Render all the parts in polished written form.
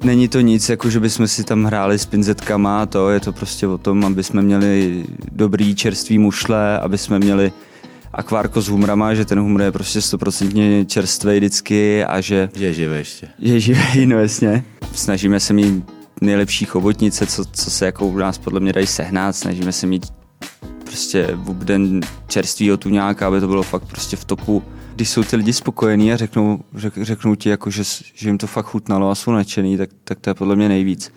Není to nic, jako že bychom si tam hráli s pinzetkama a to, je to prostě o tom, aby jsme měli dobrý čerstvý mušle, aby jsme měli akvárko s humrama, že ten humr je prostě 100% čerstvý vždycky a že... Je živý ještě. Je živý, no jasně. Snažíme se mít nejlepší chobotnice, co se jako u nás podle mě dají sehnat, snažíme se mít prostě v den čerstvýho tuňáka, aby to bylo fakt prostě v topu. Když jsou ty lidi spokojení a řeknou ti, jako, že jim to fakt chutnalo a jsou nadšený, tak to je podle mě nejvíc.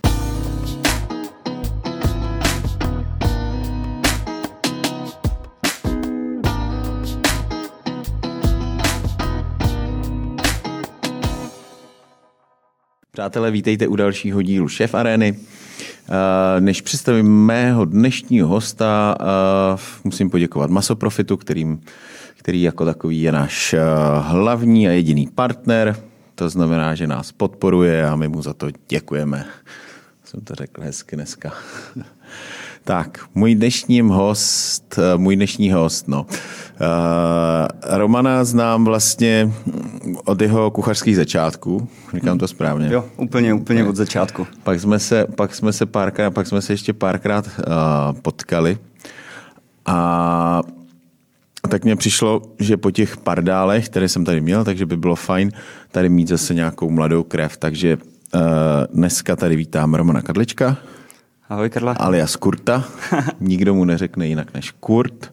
Přátelé, vítejte u dalšího dílu Šéf Arény. Než představím mého dnešního hosta, musím poděkovat Masoprofitu, který jako takový je náš hlavní a jediný partner. To znamená, že nás podporuje a my mu za to děkujeme. Jsem to řekl hezky dneska. Tak, můj dnešní host, no. Romana znám vlastně od jeho kuchařských začátků, říkám to správně. Jo, úplně od začátku. Pak jsme se ještě párkrát potkali a tak mně přišlo, že po těch pardálech, které jsem tady měl, takže by bylo fajn tady mít zase nějakou mladou krev, takže dneska tady vítám Romana Kadlečka. Ahoj, Karla. Alias Kurta. Nikdo mu neřekne jinak než Kurt.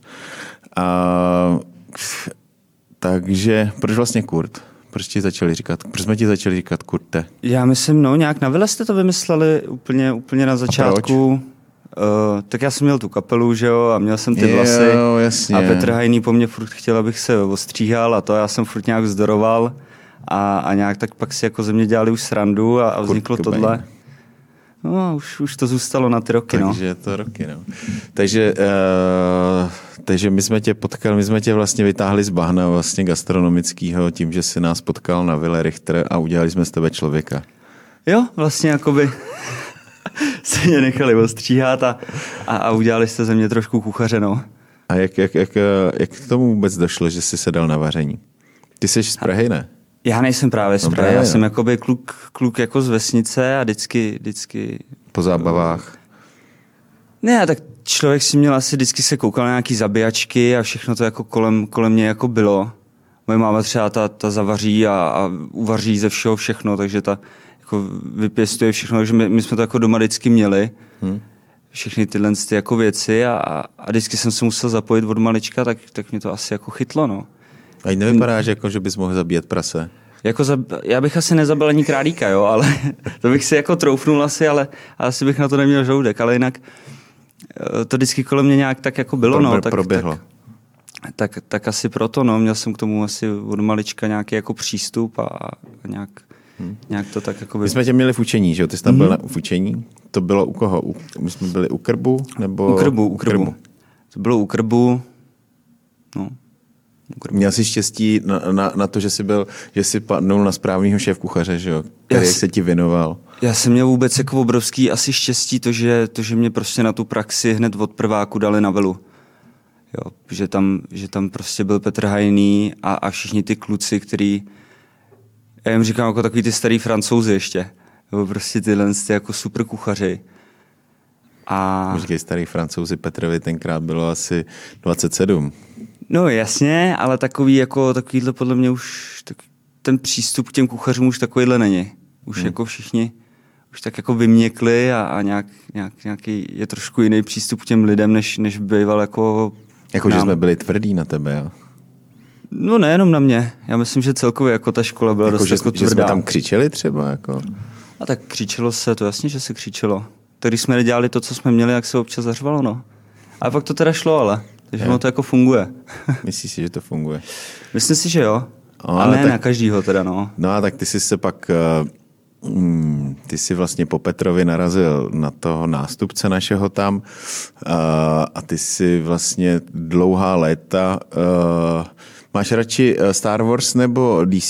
Takže proč vlastně Kurt? Proč jsme ti začali říkat Kurte? Já myslím, nějak na vile jste to vymysleli úplně na začátku. Tak já jsem měl tu kapelu, že jo, a měl jsem ty vlasy. Jo, jasně. A Petr Hajný po mně furt chtěl, abych se ostříhal a to já jsem furt nějak vzdoroval a nějak tak pak si jako ze mě dělali už srandu a vzniklo tohle. No, už to zůstalo na ty roky, Takže to roky, no. Takže my jsme tě potkali, my jsme tě vlastně vytáhli z bahna vlastně gastronomického tím, že jsi nás potkal na Vile Richter a udělali jsme z tebe člověka. Jo, vlastně jakoby se mě nechali ostříhat a udělali jste ze mě trošku kuchaře, no. A jak k tomu vůbec došlo, že jsi se dal na vaření? Ty jsi z Prahy, ne? Já nejsem právě z Prahy, já jsem jakoby kluk jako z vesnice a vždycky... Po zábavách? Ne, tak člověk si měl asi vždycky se koukal na nějaký zabíjačky a všechno to jako kolem mě jako bylo. Moje máma třeba ta zavaří a uvaří ze všeho všechno, takže ta jako vypěstuje všechno, takže my jsme to jako doma vždycky měli. Všechny tyhle jako věci a vždycky jsem se musel zapojit od malička, tak mě to asi jako chytlo, no. A nevypadáš jako, že bys mohl zabíjet prase? Já bych asi nezabil ani králíka, jo, ale to bych si jako troufnul ale asi bych na to neměl žaludek, ale jinak to vždycky kolem mě nějak tak jako bylo, proběhlo. Tak asi proto, no, měl jsem k tomu asi od malička nějaký jako přístup a nějak to tak jako by... My jsme tě měli v učení, že jo? Ty jsi tam byl v učení. To bylo u koho? My jsme byli u Krbu? Nebo... U Krbu. To bylo u Krbu, no. Měl jsi štěstí na to, že jsi padnul na správného šéfkuchaře, že jo? Který se ti věnoval. Já jsem měl vůbec jako obrovský asi štěstí to, že mě prostě na tu praxi hned od prváku dali na Vilu. Jo, že tam prostě byl Petr Hajný a všichni ty kluci, který, já jim říkám jako takový ty starý Francouzi ještě. Jo, prostě tyhle jako super kuchaři. Říkej starý Francouzi, Petrovi tenkrát bylo asi 27. No jasně, ale takovýhle podle mě už ten přístup k těm kuchařům už takovýhle není. Už jako všichni už tak jako vyměkli a nějaký je trošku jiný přístup k těm lidem, než býval jako že jsme byli tvrdí na tebe, jo? No nejenom na mě. Já myslím, že celkově jako ta škola byla dost jako tvrdá. Že jsme tam křičeli třeba? Jako? A tak křičelo se, to jasně, že se křičelo. Tak když jsme nedělali to, co jsme měli, jak se občas zařvalo, no. A pak to teda šlo, ale. Takže ono to jako funguje. Myslíš si, že to funguje? Myslím si, že jo. A ne tak, na každýho teda, no. No a tak ty jsi se pak... Ty jsi vlastně po Petrovi narazil na toho nástupce našeho tam a ty jsi vlastně dlouhá léta... Máš radši Star Wars nebo DC?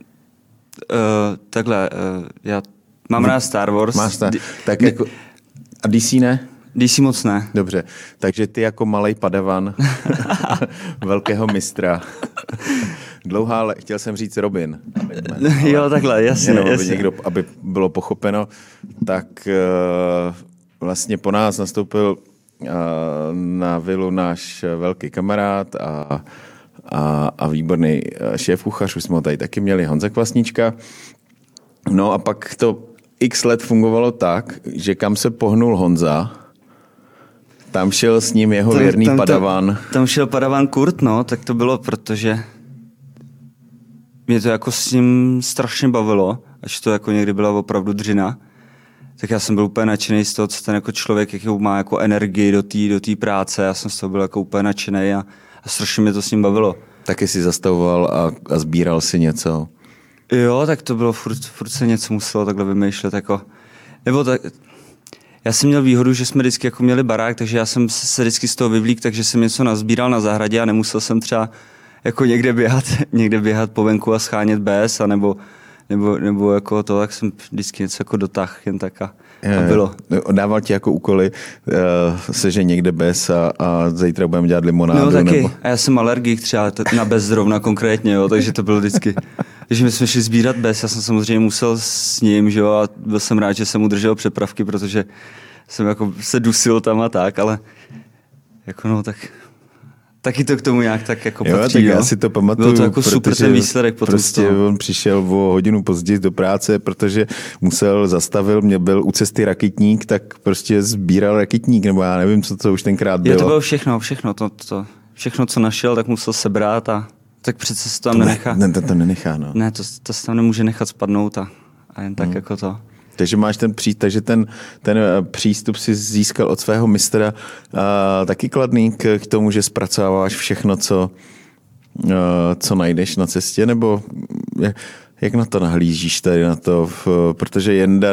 Já mám rád Star Wars. Tak jako... A DC ne? DC moc ne. Dobře, takže ty jako malej padavan velkého mistra chtěl jsem říct Robin. Jo, takhle, jasně. Jenom, jasně. aby bylo pochopeno, tak vlastně po nás nastoupil na vilu náš velký kamarád a výborný šéfkuchař, už jsme ho tady taky měli, Honza Kvasnička. No a pak to x let fungovalo tak, že kam se pohnul Honza, tam šel s ním jeho věrný padavan. Tam šel padavan Kurt, no, tak to bylo, protože mě to jako s ním strašně bavilo, až to jako někdy byla opravdu dřina. Tak já jsem byl úplně nadšený z toho, co ten jako člověk, jakou má jako energii do té práce. Já jsem z toho byl jako úplně nadšený a strašně mě to s ním bavilo. Taky si zastavoval a sbíral si něco. Jo, tak to bylo, furt se něco muselo takhle vymýšlet. Jako. Nebo tak, já jsem měl výhodu, že jsme vždycky jako měli barák, takže já jsem se vždycky z toho vyvlík, takže jsem něco nazbíral na zahradě a nemusel jsem třeba jako někde běhat po venku a schánět bez, a nebo jako to, tak jsem vždycky něco jako dotáhl jen tak a bylo. Dával ti jako úkoly, seže někde bez a zítra budeme dělat limonádu. No taky. Nebo... A já jsem alergik třeba na bez zrovna konkrétně, jo, takže to bylo vždycky. Takže my jsme šli sbírat bez, já jsem samozřejmě musel s ním, že jo, a byl jsem rád, že jsem udržel přepravky, protože jsem jako se dusil tam a tak, ale jako no tak... Taky to k tomu nějak tak jako patří, tak já si to pamatuju. Bylo to jako super ten výsledek potom. Prostě on přišel o hodinu později do práce, protože byl u cesty rakitník, tak prostě sbíral rakitník, nebo já nevím, co to už tenkrát bylo. To bylo všechno, všechno, co našel, tak musel sebrat a tak přece se to tam nenechá. To nenechá, no. Ne, to se tam nemůže nechat spadnout a jen tak jako to. Takže máš ten přístup si získal od svého mistra taky kladný k tomu, že zpracováváš všechno, co najdeš na cestě, nebo jak na to nahlížíš tady na to, protože Jenda,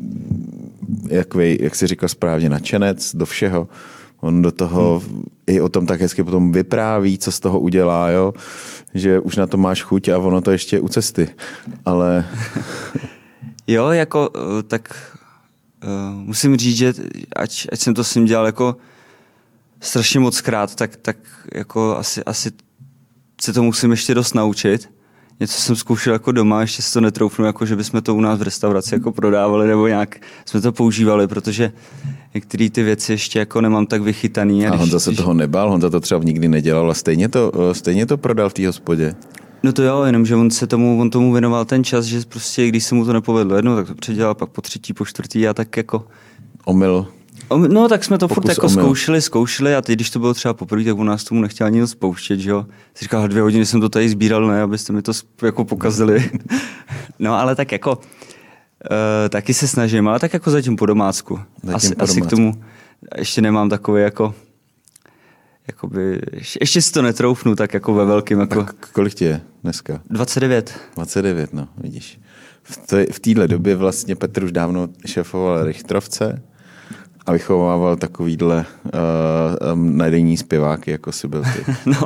jak jsi říkal správně, nadšenec do všeho, on do toho i o tom tak hezky potom vypráví, co z toho udělá, jo? Že už na to máš chuť a ono to ještě u cesty, ale... Jo, jako tak musím říct, že ať jsem to s ním dělal jako strašně moc krát, tak jako asi se to musím ještě dost naučit. Něco jsem zkoušel jako doma, ještě si to netroufnu, jako že bychom to u nás v restauraci jako prodávali nebo nějak jsme to používali, protože některé ty věci ještě jako nemám tak vychytaný. A Honza se toho nebál, Honza to třeba nikdy nedělal a stejně to prodal v té hospodě. No to jo, jenomže on tomu věnoval ten čas, že prostě když se mu to nepovedlo jednou, tak to předělal, pak po třetí, po čtvrtý a tak jako... Omyl. No tak jsme to furt jako zkoušeli a teď, když to bylo třeba poprvé, tak u nás tomu nechtěl ani spouštět, že jo. Jsi říkal, 2 hodiny jsem to tady sbíral, ne, abyste mi to jako pokazili. No ale tak jako taky se snažím, ale tak jako zatím po domácku. Asi k tomu ještě nemám takový jako... Jakoby, ještě si to netroufnu, tak jako ve velkým. Jako... Kolik ti je dneska? 29. 29, no, vidíš. V téhle době vlastně Petr už dávno šéfoval Richtrovce a vychovával takovýhle nadějní zpěváky, jako si byl ty. No.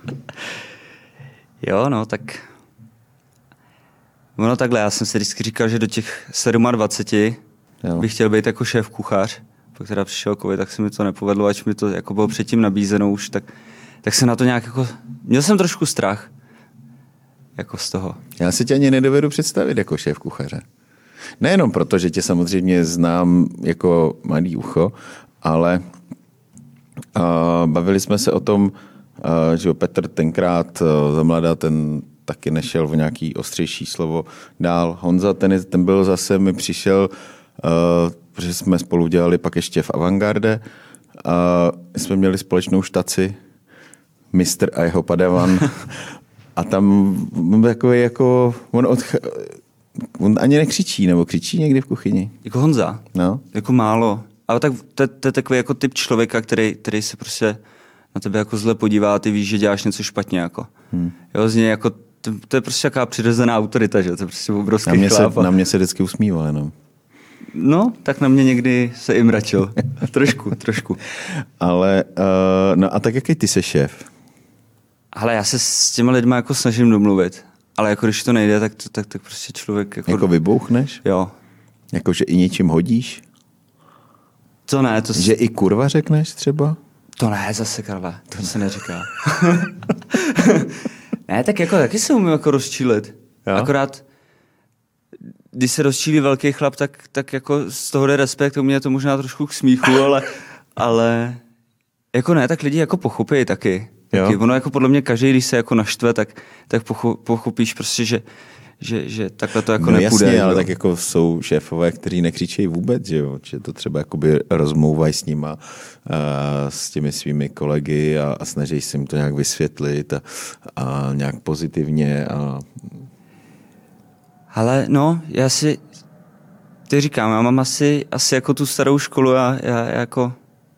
Jo, no, tak... Ono takhle, já jsem si vždycky říkal, že do těch 27 bych chtěl být jako šéf kuchař. Pak teda přišel covid, tak se mi to nepovedlo, ač mi to jako bylo předtím nabízeno už, tak se na to nějak jako... Měl jsem trošku strach jako z toho. Já si tě ani nedovedu představit jako šéf kuchaře. Nejenom proto, že tě samozřejmě znám jako malý ucho, ale bavili jsme se o tom, že Petr tenkrát za mladá, ten taky nešel o nějaký ostřejší slovo dál. Honza, ten byl zase, mi přišel... protože jsme spolu dělali pak ještě v Avantgarde a jsme měli společnou štaci mistr a jeho padavan a tam takový jako on ani nekřičí, nebo křičí někdy v kuchyni? Jako Honza? No. Jako málo. Ale tak to je takový jako typ člověka, který se prostě na tebe jako zle podívá a ty víš, že děláš něco špatně. Jako. Jo, z něj jako, to je prostě taková přirozená autorita, že to je prostě obrovský chlap. Na mě se vždycky usmíval jenom. No, tak na mě někdy se i mračil. trošku. Ale, no a tak jaký ty jsi šéf? Ale já se s těma lidma jako snažím domluvit. Ale jako když to nejde, tak prostě člověk... Jako vybouchneš? Jo. Jako, že i něčím hodíš? To ne. Že i kurva řekneš třeba? To ne, zase, Karle. To se neříká. Ne, tak jako taky se umím jako rozčílit. Jo? Akorát, když se rozčílí velký chlap, tak jako z toho jde respekt, u mě je to možná trošku k smíchu, ale jako ne, tak lidi jako pochopí taky. Ono jako podle mě každý, když se jako naštve, tak pochopíš prostě, že takhle to jako nepůjde. Jasně, ale tak jako jsou šéfové, kteří nekřičejí vůbec, že to třeba jakoby rozmlouvají s nima, s těmi svými kolegy a snaží se jim to nějak vysvětlit a nějak pozitivně. Ale no, ty říkám, já mám asi jako tu starou školu a já jako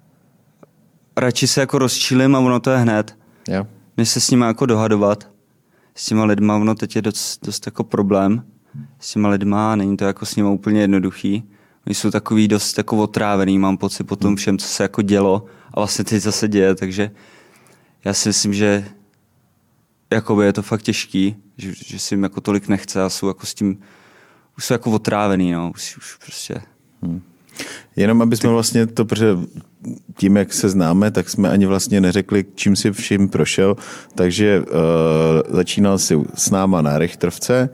radši se jako rozčílim a ono to je hned. Jo. Než se s nima jako dohadovat. S těma lidma, ono teď je dost jako problém. S těma lidma, není to jako s nima úplně jednoduchý. Oni jsou takový dost jako otrávený, mám pocit po tom všem, co se jako dělo a vlastně teď zase děje, takže já si myslím, že jakoby je to fakt těžký, že si jim jako tolik nechce a jsou jako s tím, už jsou jako otrávený, no, už prostě. Jenom aby jsme vlastně to, protože tím, jak se známe, tak jsme ani vlastně neřekli, čím si vším prošel, takže začínal si s náma na Richtrovce,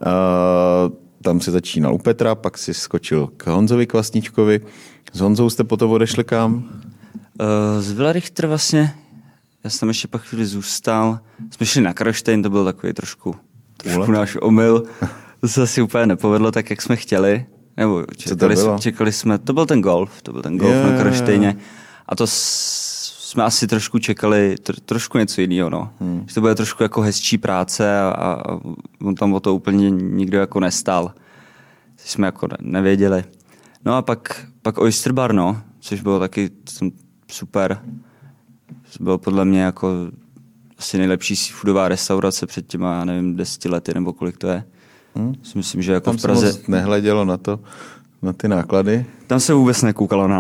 tam si začínal u Petra, pak si skočil k Honzovi Kvasničkovi. S Honzou jste potom odešli kam? Z Villa Richter vlastně, já jsem tam ještě pak chvíli zůstal, jsme šli na Karlštejn, to byl takový trošku náš omyl, to se asi úplně nepovedlo tak, jak jsme chtěli. Nebo čekali jsme, to byl ten golf na Karlštejně a to jsme asi trošku čekali trošku něco jiného, no. Že to bude trošku jako hezčí práce a on tam o to úplně nikdo jako nestál. Což jsme jako nevěděli. No a pak Oyster Bar, no, což bylo taky super. To bylo podle mě jako asi nejlepší seafoodová restaurace před těma, já nevím, 10 lety nebo kolik to je. Myslím, že jako tam v Praze... se moc nehledělo na ty náklady? Tam se vůbec nekoukalo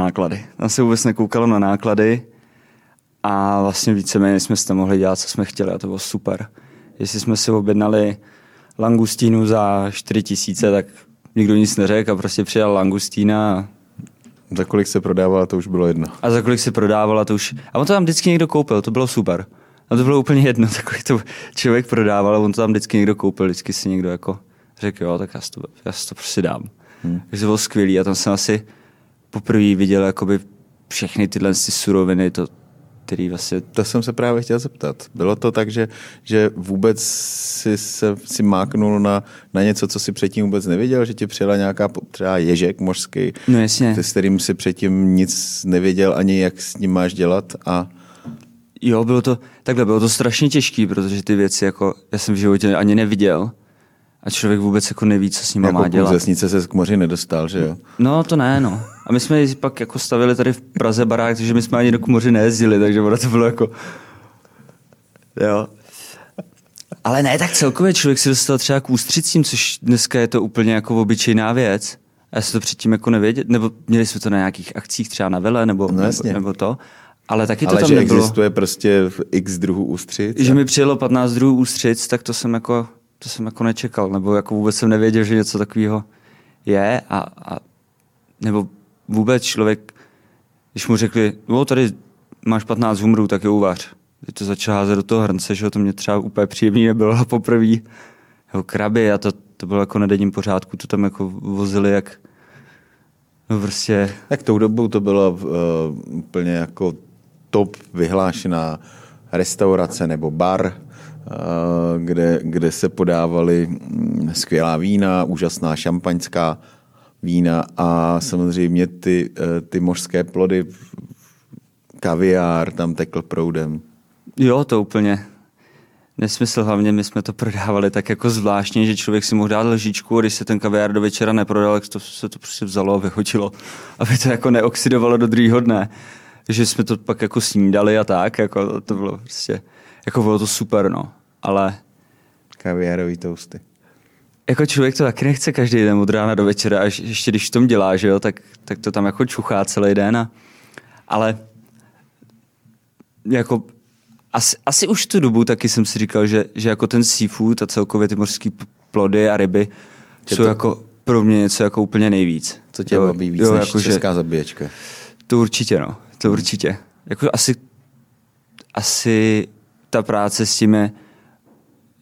na náklady. A vlastně víceméně jsme si tam mohli dělat, co jsme chtěli a to bylo super. Jestli jsme si objednali langustínu za 4 000, tak nikdo nic neřekl a prostě přijal langustína. Za kolik se prodávala, to už bylo jedno. A za kolik se prodávala, to už... A on to tam vždycky někdo koupil, to bylo super. A to bylo úplně jedno, takový to člověk prodával a on to tam vždycky někdo koupil, vždycky si někdo jako řekl, jo, tak já si to prostě dám. Takže to bylo skvělý a tam jsem asi poprvé viděl jakoby všechny tyhle suroviny, který vlastně... To jsem se právě chtěl zeptat. Bylo to tak, že vůbec si máknul na něco, co si předtím vůbec nevěděl, že ti přijela nějaká třeba ježek mořský, no jasně, s kterým si předtím nic nevěděl ani jak s ním máš dělat a... Jo, bylo to strašně těžký, protože ty věci jako já jsem v životě ani neviděl a člověk vůbec jako neví, co s nima má dělat. Jako z vesnice se k moři nedostal, že jo? No to ne, no. A my jsme pak jako stavili tady v Praze barák, takže my jsme ani do moři nejezdili, takže to bylo jako... Jo. Ale ne, tak celkově člověk se dostal třeba k ústřicím, což dneska je to úplně jako obyčejná věc. Já jsem to předtím jako nevěděl, nebo měli jsme to na nějakých akcích třeba na Vele, nebo to. Ale taky to tam že nebylo. Existuje prostě x druhů ústřic. Že mi přijelo 15 druhů ústřic, tak to jsem jako nečekal, nebo jako vůbec jsem nevěděl, že něco takového je a nebo vůbec člověk, když mu řekli, no tady máš 15 humrů, tak je uvař. Když to začal házet do toho hrnce, že to mě třeba úplně příjemný nebylo poprvé. Jako kraby a to bylo jako na denním pořádku, to tam jako vozili jak no prostě. Tak tou dobou to bylo úplně jako top vyhlášená restaurace nebo bar, kde se podávaly skvělá vína, úžasná šampaňská vína a samozřejmě ty mořské plody, kaviár tam tekl proudem. Jo, to úplně nesmysl, hlavně my jsme to prodávali tak jako zvláštně, že člověk si mohl dát lžičku a když se ten kaviár do večera neprodal, tak se to prostě vzalo a vyhodilo, aby to jako neoxidovalo do druhého dne. Takže jsme to pak jako snídali a tak, jako to bylo prostě, jako bylo to super, no, ale... Kaviárový toasty. Jako člověk to taky nechce každý den od rána do večera, a ještě když v tom dělá, že jo, tak to tam jako čuchá celý den ale jako asi už tu dobu taky jsem si říkal, že jako ten seafood a celkově ty mořské plody a ryby jsou jako pro mě něco jako úplně nejvíc. Co tě baví víc než jako česká zabíječka? To určitě, no. To určitě. Jako asi ta práce s tím je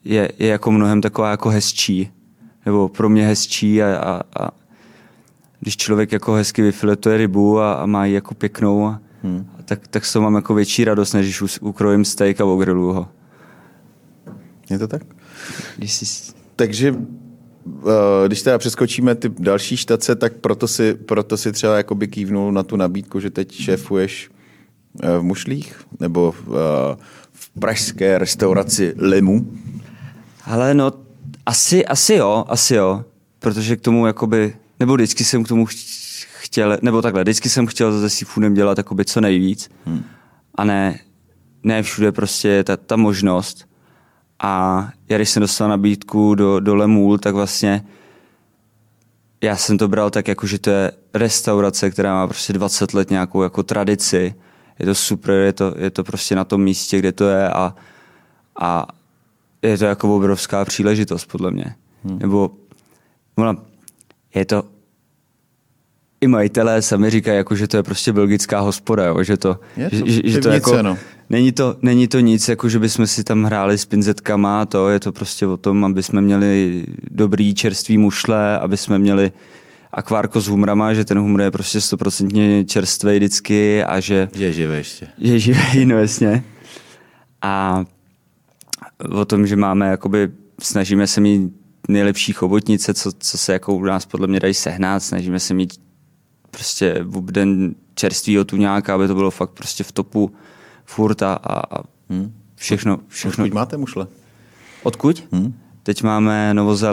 je jako mnohem taková jako hezčí. Nebo pro mě hezčí a když člověk jako hezky vyfiletuje rybu a má ji jako pěknou, tak z toho mám jako větší radost, než když ukrojím steak a ogriluju ho. Je to tak? Takže když teda přeskočíme ty další štace, tak proto si třeba jakoby kývnul na tu nabídku, že teď šéfuješ v Mušlích nebo v pražské restauraci Lemu? Ale no, asi jo, protože k tomu jakoby, nebo vždycky jsem k tomu chtěl, nebo takhle, vždycky jsem chtěl se seafoodem dělat jakoby co nejvíc a ne všude prostě je ta možnost. A já když jsem dostal nabídku do Lemůl, tak vlastně já jsem to bral tak jako, že to je restaurace, která má prostě 20 let nějakou jako tradici. Je to super, je to prostě na tom místě, kde to je a je to jako obrovská příležitost podle mě. Nebo je to i majitelé sami říkají, jako, že to je prostě belgická hospoda, jo, že to jako, no. Není to nic, jako že bychom si tam hráli s pinzetkama, je to prostě o tom, aby jsme měli dobrý čerstvý mušle, aby jsme měli akvárko s humrama, že ten humr je prostě 100% čerstvý vždycky a že je živý ještě. Je živý, no jasně. A o tom, že máme, jakoby, snažíme se mít nejlepší chobotnice, co se jako u nás podle mě dají sehnat, snažíme se mít prostě den čerstvýho tuňáka, aby to bylo fakt prostě v topu furt a všechno. Odkud máte mušle? Odkud? Teď máme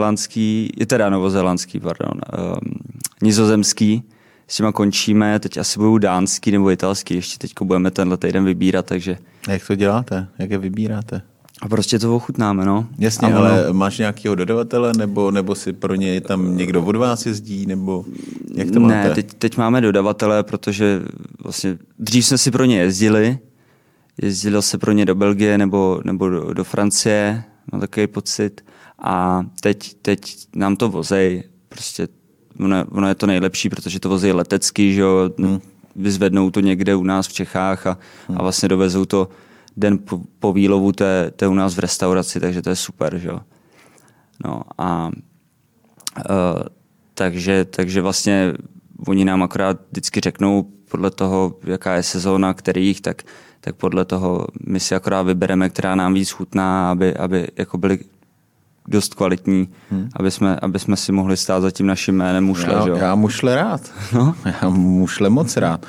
nizozemský, s těma končíme, teď asi budou dánský nebo italský, ještě teďko budeme tenhle týden vybírat, takže... A jak to děláte? Jak je vybíráte? A prostě to ochutnáme, no. Jasně, ale máš nějakého dodavatele, nebo si pro něj tam někdo od vás jezdí, nebo jak to máte? Ne, teď máme dodavatele, protože vlastně dřív jsme si pro ně jezdilo se pro ně do Belgie nebo do Francie, mám takový pocit, a teď nám to vozej, prostě ono je to nejlepší, protože to vozej letecky, že jo, vyzvednou to někde u nás v Čechách a vlastně dovezou to den po výlovu, to je u nás v restauraci, takže to je super, že jo. No a takže vlastně oni nám akorát vždycky řeknou podle toho, jaká je sezóna, kterých, tak podle toho my si akorát vybereme, která nám víc chutná, aby jako byly dost kvalitní, aby jsme si mohli stát za tím naším jménem mušle. Já mušle rád. No? Já mušle moc rád.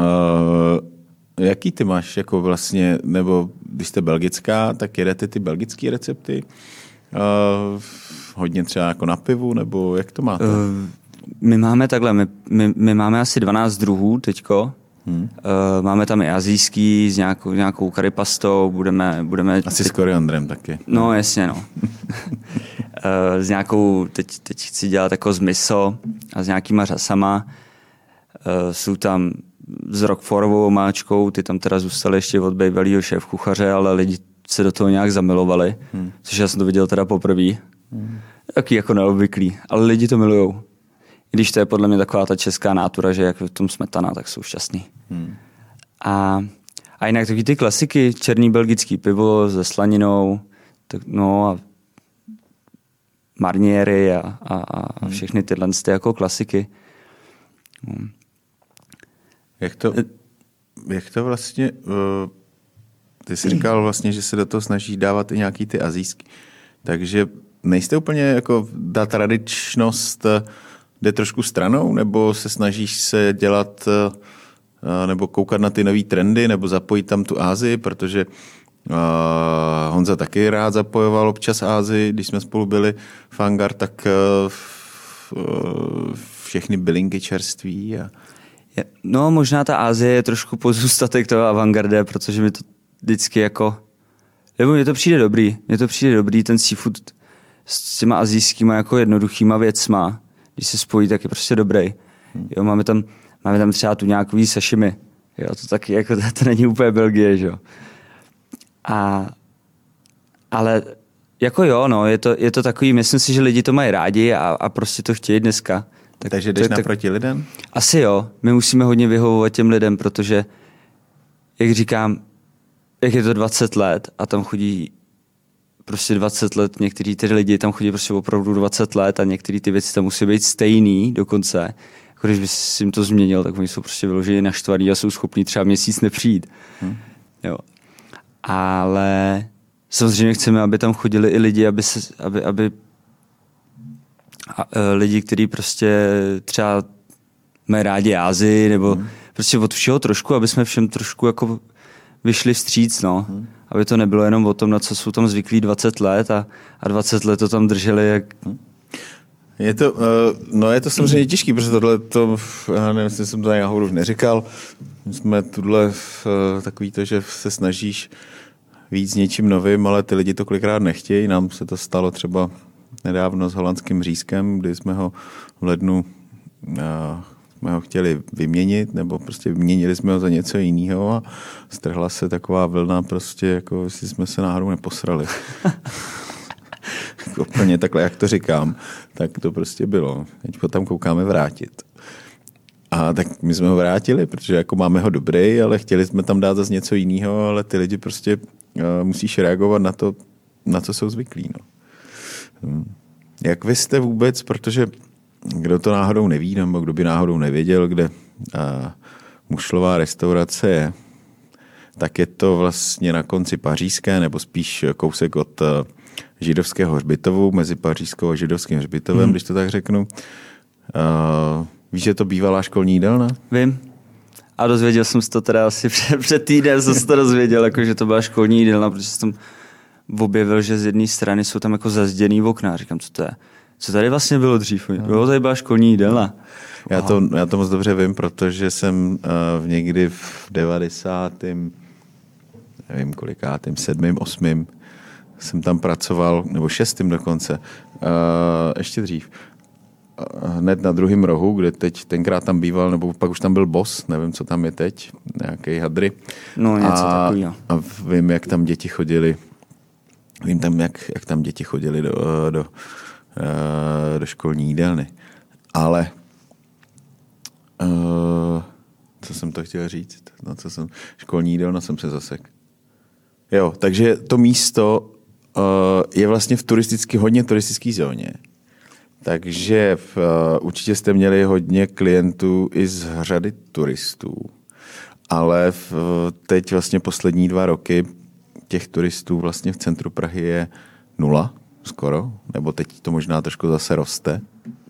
Jaký ty máš jako vlastně, nebo když jste belgická, tak jedete ty belgické recepty? Hodně třeba jako na pivu, nebo jak to máte? My máme takhle, my máme asi 12 druhů teďko. Máme tam i asijský s nějakou karipastou, budeme asi s koriandrem taky. No jasně, no. S nějakou, teď chci dělat jako z miso a s nějakýma řasama. Jsou tam s roquefourovou omáčkou, ty tam teda zůstaly ještě od bývalýho šéfkuchaře, ale lidi se do toho nějak zamilovali, což já jsem to viděl teda poprvé. Taky jako neobvyklý, ale lidi to milujou. I když to je podle mě taková ta česká nátura, že jak v tom smetana, tak jsou šťastný. A jinak taky ty klasiky, černý belgický pivo se slaninou, tak no a marniery a všechny tyhle jako klasiky. Jak to vlastně, ty jsi říkal vlastně, že se do toho snaží dávat i nějaký ty asijský. Takže nejste úplně jako ta tradičnost jde trošku stranou, nebo se snažíš se dělat nebo koukat na ty nový trendy, nebo zapojit tam tu Asii, protože Honza taky rád zapojoval občas Asii, když jsme spolu byli v Hangar, tak všechny bylinky čerství. No možná ta Asie je trošku pozůstatek toho avantgarde, protože mi to vždycky jako, nebo mně to přijde dobrý ten seafood s těma asijskýma jako jednoduchýma věcma, když se spojí, tak je prostě dobrý. Jo, máme tam třeba tu nějaký sashimi, jo, to taky jako to není úplně Belgie, že jo. Ale jako jo, no, je to takový, myslím si, že lidi to mají rádi a prostě to chtějí dneska. Takže jdeš naproti lidem? Asi jo. My musíme hodně vyhovovat těm lidem, protože, jak říkám, jak je to 20 let a tam chodí prostě 20 let, některý ty lidi tam chodí prostě opravdu 20 let a některé ty věci tam musí být stejný dokonce. Jako když bys jim to změnil, tak oni jsou prostě vyloženě naštvaný a jsou schopní třeba měsíc nepřijít. Jo. Ale samozřejmě chceme, aby tam chodili i lidi, aby lidi, kteří prostě třeba mají rádi Ázii, nebo prostě od všeho trošku, aby jsme všem trošku jako vyšli vstříc, no. Aby to nebylo jenom o tom, na co jsou tam zvyklí 20 let a 20 let to tam drželi jak... Je to samozřejmě těžký, protože tohle to, já nevím, jestli jsem to náhodou neříkal, my jsme tuhle takový to, že se snažíš víc něčím novým, ale ty lidi to kolikrát nechtějí. Nám se to stalo třeba nedávno s holandským řízkem, kdy jsme ho v lednu jsme ho chtěli vyměnit, nebo prostě vyměnili jsme ho za něco jiného a strhla se taková vlna prostě, jako jestli jsme se náhodou neposrali. Úplně takhle, jak to říkám, tak to prostě bylo. Teď tam koukáme vrátit. A tak my jsme ho vrátili, protože jako máme ho dobrý, ale chtěli jsme tam dát zase něco jiného, ale ty lidi prostě musíš reagovat na to, na co jsou zvyklí. No. Jak vy jste vůbec, protože kdo to náhodou neví, nebo kdo by náhodou nevěděl, kde mušlová restaurace je, tak je to vlastně na konci Pařížské, nebo spíš kousek od židovského hřbitovu, mezi Pařížskou a židovským hřbitovem, když to tak řeknu. Víš, že to bývalá školní jídelna? Vím. A dozvěděl jsem se to teda asi před týdnem, jsem se to dozvěděl, jako, že to byla školní jídelna, protože jsem tam objevil, že z jedné strany jsou tam jako zazděný okna. Říkám, co to je? Co tady vlastně bylo dřív? Jo, tady byla školní jídelna. Já to moc dobře vím, protože jsem někdy v 90. nevím kolikátým, 7., 8. jsem tam pracoval, nebo 6. dokonce, ještě dřív. Hned na druhém rohu, kde teď tenkrát tam býval, nebo pak už tam byl boss, nevím, co tam je teď, nějaký hadry. No, něco takového. A vím, jak tam děti chodili. Vím tam, jak tam děti chodili do školní jídelny. Ale co jsem to chtěl říct? Školní jídelna jsem se zasek. Jo, takže to místo je vlastně hodně turistický zóně. Takže určitě jste měli hodně klientů i z řady turistů. Ale teď vlastně poslední 2 roky těch turistů vlastně v centru Prahy je 0 skoro, nebo teď to možná trošku zase roste.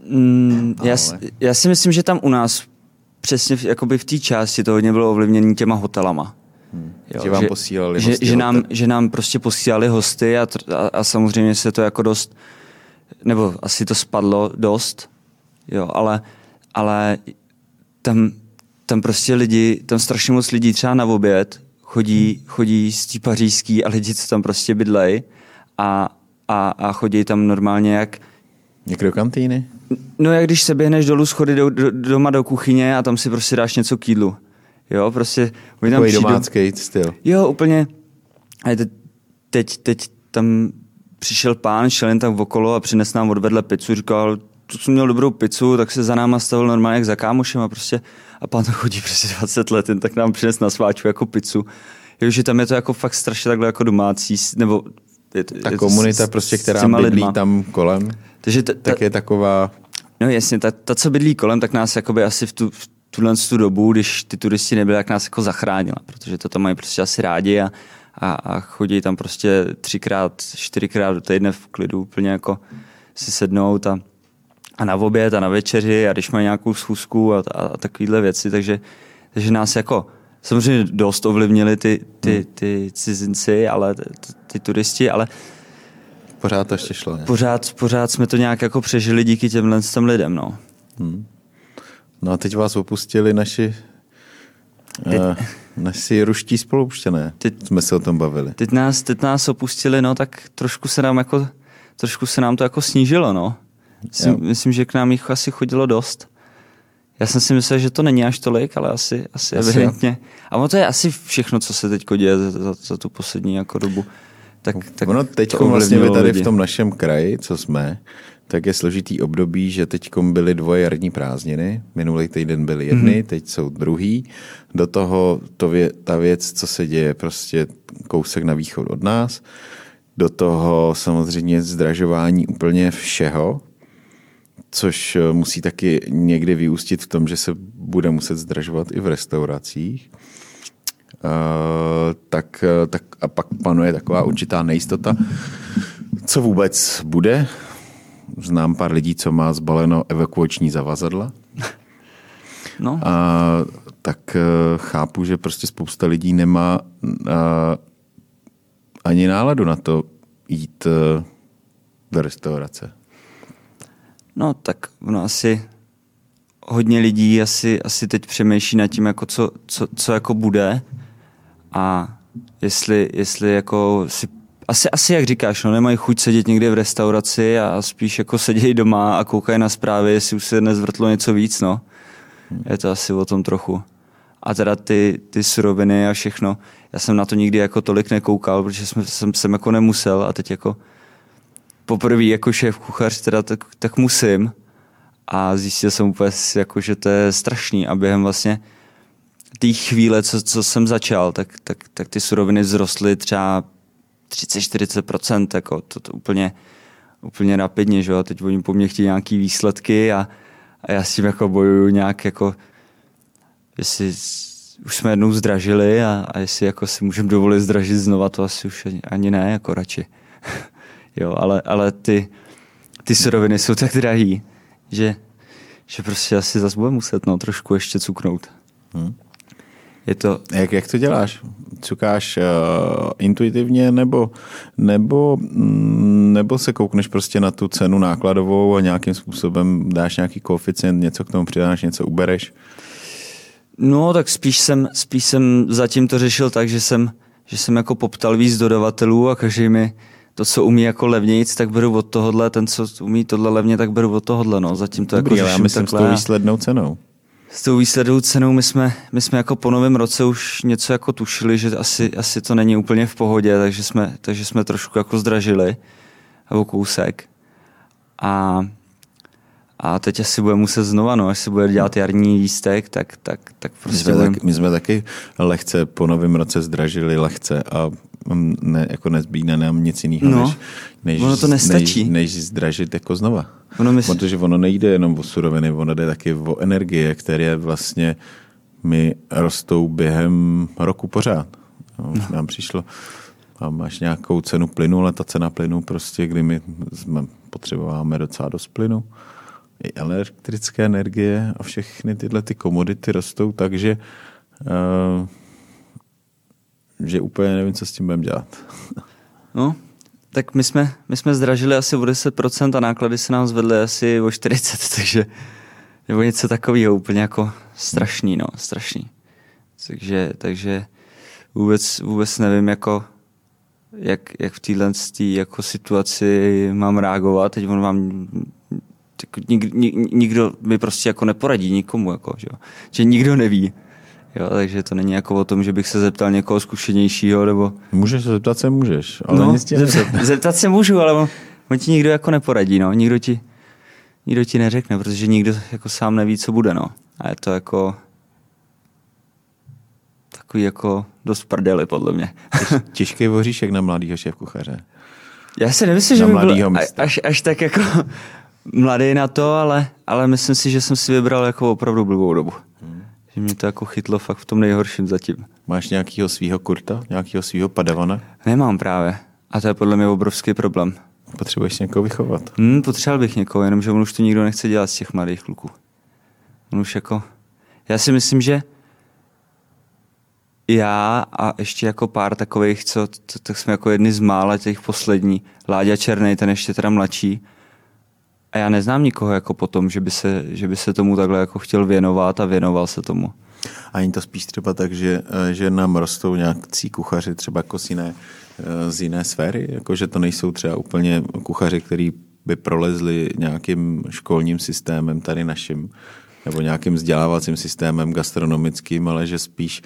Já si myslím, že tam u nás přesně jakoby v té části to hodně bylo ovlivněné těma hotelama. Jo, že vám posílali hosty. Že nám prostě posílali hosty a samozřejmě se to jako dost, nebo asi to spadlo dost, jo, ale tam prostě lidi, tam strašně moc lidí třeba na oběd chodí z té pařížský a lidi, co tam prostě bydlej a chodí tam normálně jak do kantýny? No jak když se běhneš dolů schody doma do kuchyně a tam si prostě dáš něco k jídlu. Jo, prostě... Takový domácký styl. Jo, úplně. A teď tam přišel pán, šel jen tak okolo a přines nám odvedle pizzu. Říkal, tu jsem měl dobrou pizzu, tak se za náma stavil normálně jak za kámošem a pán to chodí prostě 20 let, jen tak nám přines na sváčku jako pizzu. Jo, že tam je to jako fakt strašně takhle jako domácí, nebo... Ta komunita prostě, která bydlí tam kolem, takže tak je taková... No jasně, ta, co bydlí kolem, tak nás jakoby asi v tuhle dobu, když ty turisti nebyli, jak nás jako zachránila, protože to tam mají prostě asi rádi a chodí tam prostě 3x, 4x do týdne v klidu úplně jako si sednout a na oběd a na večeři a když mají nějakou schůzku a takovýhle věci, takže nás jako samozřejmě dost ovlivnili ty cizinci, ale ty turisti, ale pořád to ještě šlo, ne? Pořád jsme to nějak jako přežili díky těmhle lidem, no. No a teď vás opustili naši ruští spoluobčané. Jsme se o tom bavili. Teď nás opustili, no, tak trošku se nám to jako snížilo, no. Myslím, že k nám jich asi chodilo dost. Já jsem si myslel, že to není až tolik, ale asi evidentně. A ono to je asi všechno, co se teď děje za tu poslední jako dobu. Tak ono teď vlastně my tady v tom našem kraji, co jsme, tak je složitý období, že teď byly 2 jarní prázdniny, minulý týden byly jedny, teď jsou druhý. Do toho ta věc, co se děje prostě kousek na východ od nás. do toho samozřejmě zdražování úplně všeho, což musí taky někdy vyústit v tom, že se bude muset zdražovat i v restauracích. Tak a pak panuje taková určitá nejistota, co vůbec bude. Znám pár lidí, co má zbaleno evakuační zavazadla. No. Tak chápu, že prostě spousta lidí nemá ani náladu na to jít do restaurace. No tak ono asi hodně lidí asi teď přemýšlí nad tím, jako co jako bude a jestli jako si asi jak říkáš, no, nemají chuť sedět někde v restauraci a spíš jako sedějí doma a koukají na zprávy, jestli už se nezvrtlo něco víc, no. Je to asi o tom trochu. A teda ty suroviny a všechno, já jsem na to nikdy jako tolik nekoukal, protože jsem jako nemusel a teď jako poprvé jako šéf kuchař teda tak musím a zjistil jsem úplně jako, že to je strašný a během vlastně té chvíle, co jsem začal, tak ty suroviny vzrostly třeba 30-40%, jako to úplně rapidně, že jo, teď oni po mně chtějí nějaký výsledky a já s tím jako bojuju nějak jako, jestli už jsme jednou zdražili a jestli jako si můžeme dovolit zdražit znova, to asi už ani ne, jako radši. Jo, ale ty suroviny jsou tak drahý, že prostě asi zase bude muset trošku ještě cuknout. Je to... Jak to děláš? Cukáš intuitivně nebo se koukneš prostě na tu cenu nákladovou a nějakým způsobem dáš nějaký koeficient, něco k tomu přidáš, něco ubereš? No, tak spíš jsem zatím to řešil tak, že jsem jako poptal víc dodavatelů a každý mi to, co umí jako levnějc, tak beru od tohohle, ten, co umí tohle levně, tak beru od tohohle, no. Zatím to dobrý, jako řeším myslím takhle. S tou výslednou cenou. S tou výslednou cenou my jsme jako po novém roce už něco jako tušili, že asi to není úplně v pohodě, takže jsme trošku jako zdražili o kousek. A teď asi bude muset znova, no, až se bude dělat jarní lístek, tak prostě my jsme taky lehce po novém roce zdražili lehce a nezbývá nám nic jiného, ono to nestačí. než zdražit jako znova. Protože ono nejde jenom o suroviny, ono jde taky o energie, které vlastně mi rostou během roku pořád. Už nám přišlo a máš nějakou cenu plynu, ale ta cena plynu prostě, kdy my potřebujeme docela dost plynu. I elektrické energie a všechny tyhle ty komodity rostou tak, že úplně nevím, co s tím budeme dělat. No, tak my jsme zdražili asi o 10% a náklady se nám zvedly asi o 40%, takže nebo něco takového úplně jako strašný, no, strašný. Takže vůbec nevím, jako jak v téhle jako situaci mám reagovat. Teď on vám nikdo mi prostě jako neporadí nikomu, jako, že nikdo neví. Jo, takže to není jako o tom, že bych se zeptal někoho zkušenějšího, nebo... Můžeš se zeptat se můžeš, ale nic tě zeptat se můžu, ale on ti nikdo jako neporadí, no. Nikdo ti neřekne, protože nikdo jako sám neví, co bude, no. A je to jako... takový jako dost prdeli, podle mě. Těžký voříšek na mladýho šéfkuchaře. Já si nemyslím, že by byl až tak jako mladý na to, ale myslím si, že jsem si vybral jako opravdu blbou dobu. Že mě to jako chytlo fakt v tom nejhorším zatím. Máš nějakýho svýho kurta? Nějakýho svýho padavana? Nemám právě. A to je podle mě obrovský problém. Potřebuješ někoho vychovat? Potřeboval bych někoho, jenomže on už to nikdo nechce dělat z těch mladých kluků. On už jako... Já si myslím, že já a ještě jako pár takových, tak jsme jako jedni z mála těch poslední. Láďa Černej, ten ještě teda mladší. A já neznám nikoho jako potom, že by se tomu takhle jako chtěl věnovat a věnoval se tomu. A není to spíš třeba tak, že nám rostou nějakcí kuchaři třeba jako z jiné sféry? Jako, že to nejsou třeba úplně kuchaři, který by prolezli nějakým školním systémem tady naším, nebo nějakým vzdělávacím systémem gastronomickým, ale že spíš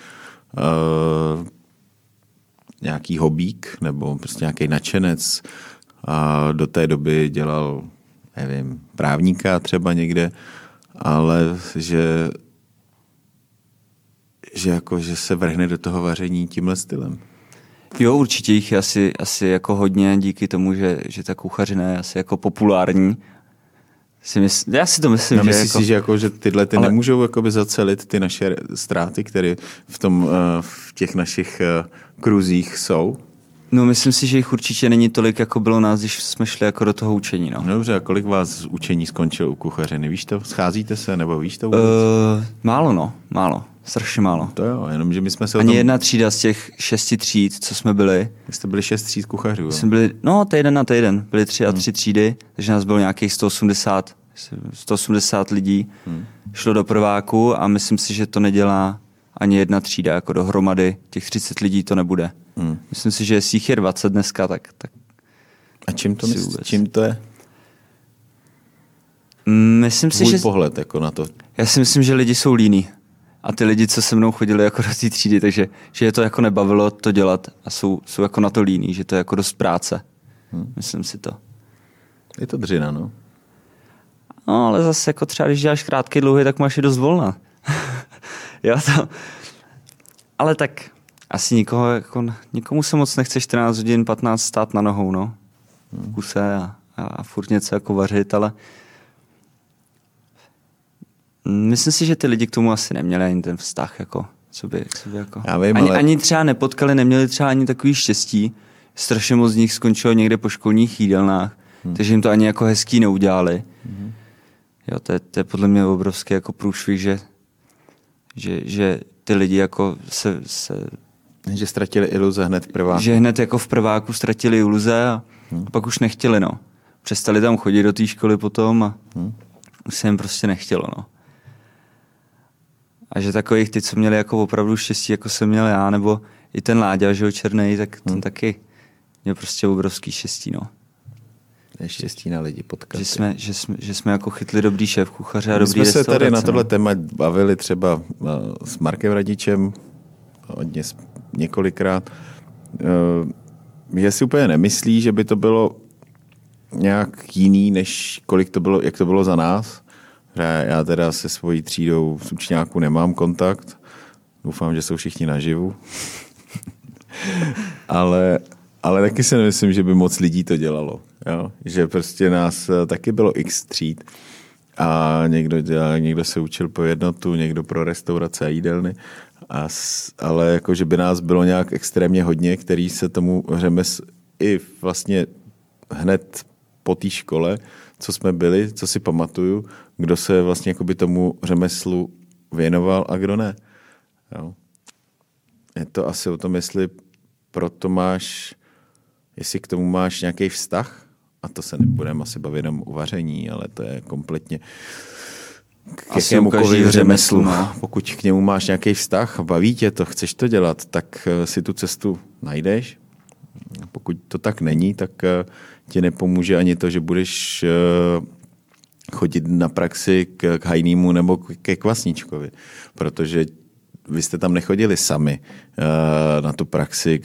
nějaký hobík nebo prostě nějaký nadšenec a do té doby dělal, nevím, právníka třeba někde, ale že se vrhne do toho vaření tímhle stylem. Jo, určitě jich je asi jako hodně díky tomu, že ta kuchařina je asi jako populární. Já si to myslím, že myslíš si, že tyhle ty nemůžou jakoby zacelit ty naše ztráty, které v těch našich kruzích jsou? No, myslím si, že jich určitě není tolik, jako bylo nás, když jsme šli jako do toho učení. No. Dobře, a kolik vás z učení skončilo u kuchařiny? Víš to? Scházíte se, nebo víš to? Málo. Strašně málo. To jo, jenom, že my jsme se Ani jedna třída z těch 6 tříd, co jsme byli. Vy jste byli 6 tříd kuchařů. Jsme byli, týden na týden. Byli 3 třídy, takže nás bylo nějakých 180 lidí. Šlo do prváku a myslím si, že to nedělá ani jedna třída, jako dohromady těch 30 lidí to nebude. Myslím si, že jestli jich je 20 dneska, tak a čím to je? Myslím si, že pohled jako na to. Já si myslím, že lidi jsou líní. A ty lidi, co se mnou chodili jako do té třídy, takže že je to jako nebavilo to dělat a jsou jako na to líní, že to je jako dost práce. Myslím si to. Je to dřina, no. No, ale zase jako třeba, když děláš krátký dlouhý, tak máš i dost volna. Jo, to. Ale tak asi nikomu se moc nechce 14 hodin 15 stát na nohou, no. V kuse a furt něco jako vařit, ale myslím si, že ty lidi k tomu asi neměli ani ten vztah, jako, co by jako. Já vím, ani třeba nepotkali, neměli třeba ani takový štěstí. Strašně moc z nich skončilo někde po školních jídelnách, takže jim to ani jako hezký neudělali. Jo, to je podle mě obrovský jako průšvih, že ty lidi jako se že ztratili iluze hned v prváku. Že hned jako v prváku ztratili iluze a pak už nechtěli, no. Přestali tam chodit do té školy potom a už se jim prostě nechtělo, no. A že takových ty, co měli jako opravdu štěstí, jako jsem měl já, nebo i ten Láďa, že jo, černej, tak ten taky měl prostě obrovský štěstí, no. Je štěstí na lidi potkat. Že jsme jako chytli dobrý šéf kuchaře a dobrý restaurace. My jsme se tady na tohle téma bavili třeba s Markem Radičem několikrát. Já si úplně nemyslí, že by to bylo nějak jiný, než jak to bylo za nás. Já teda se svojí třídou z učňáků nemám kontakt. Doufám, že jsou všichni naživu. ale taky si nemyslím, že by moc lidí to dělalo. Jo? Že prostě nás taky bylo x tříd a někdo se učil po jednotu, někdo pro restaurace a jídelny, ale jako, že by nás bylo nějak extrémně hodně, který se tomu řemeslu i vlastně hned po té škole, co jsme byli, co si pamatuju, kdo se vlastně jakoby tomu řemeslu věnoval a kdo ne. Jo? Je to asi o tom, jestli k tomu máš nějaký vztah, a to se nebudeme asi bavit jenom o vaření, ale to je kompletně k jakémukoliv řemeslu. No. Pokud k němu máš nějaký vztah, baví tě to, chceš to dělat, tak si tu cestu najdeš. Pokud to tak není, tak ti nepomůže ani to, že budeš chodit na praxi k hajnímu nebo ke kvasničkovi, protože vy jste tam nechodili sami na tu praxi,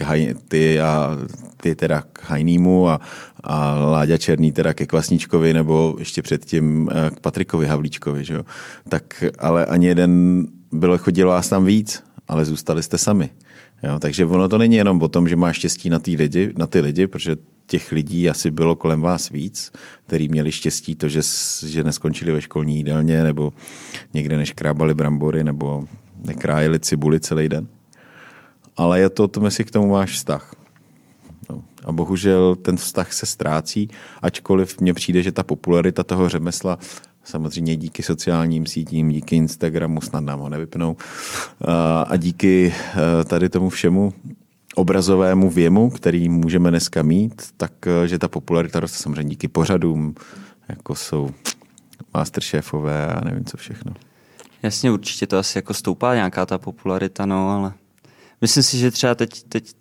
ty teda k hajnímu a Láďa Černý teda ke kvasničkovi nebo ještě předtím k Patrikovi Havlíčkovi. Že jo? Tak, ale ani jeden chodilo vás tam víc, ale zůstali jste sami. Jo? Takže ono to není jenom o tom, že máš štěstí na ty lidi, protože těch lidí asi bylo kolem vás víc, který měli štěstí to, že neskončili ve školní jídelně nebo někde neškrábali brambory nebo nekrájeli cibuli celý den. Ale je to o tom, jestli k tomu máš vztah. No. A bohužel ten vztah se ztrácí, ačkoliv mně přijde, že ta popularita toho řemesla, samozřejmě díky sociálním sítím, díky Instagramu, snad nám ho nevypnou, a díky tady tomu všemu obrazovému věmu, který můžeme dneska mít, tak že ta popularita roste samozřejmě díky pořadům, jako jsou Masterchefové a nevím co všechno. Jasně, určitě to asi jako stoupá nějaká ta popularita, no, ale myslím si, že třeba teď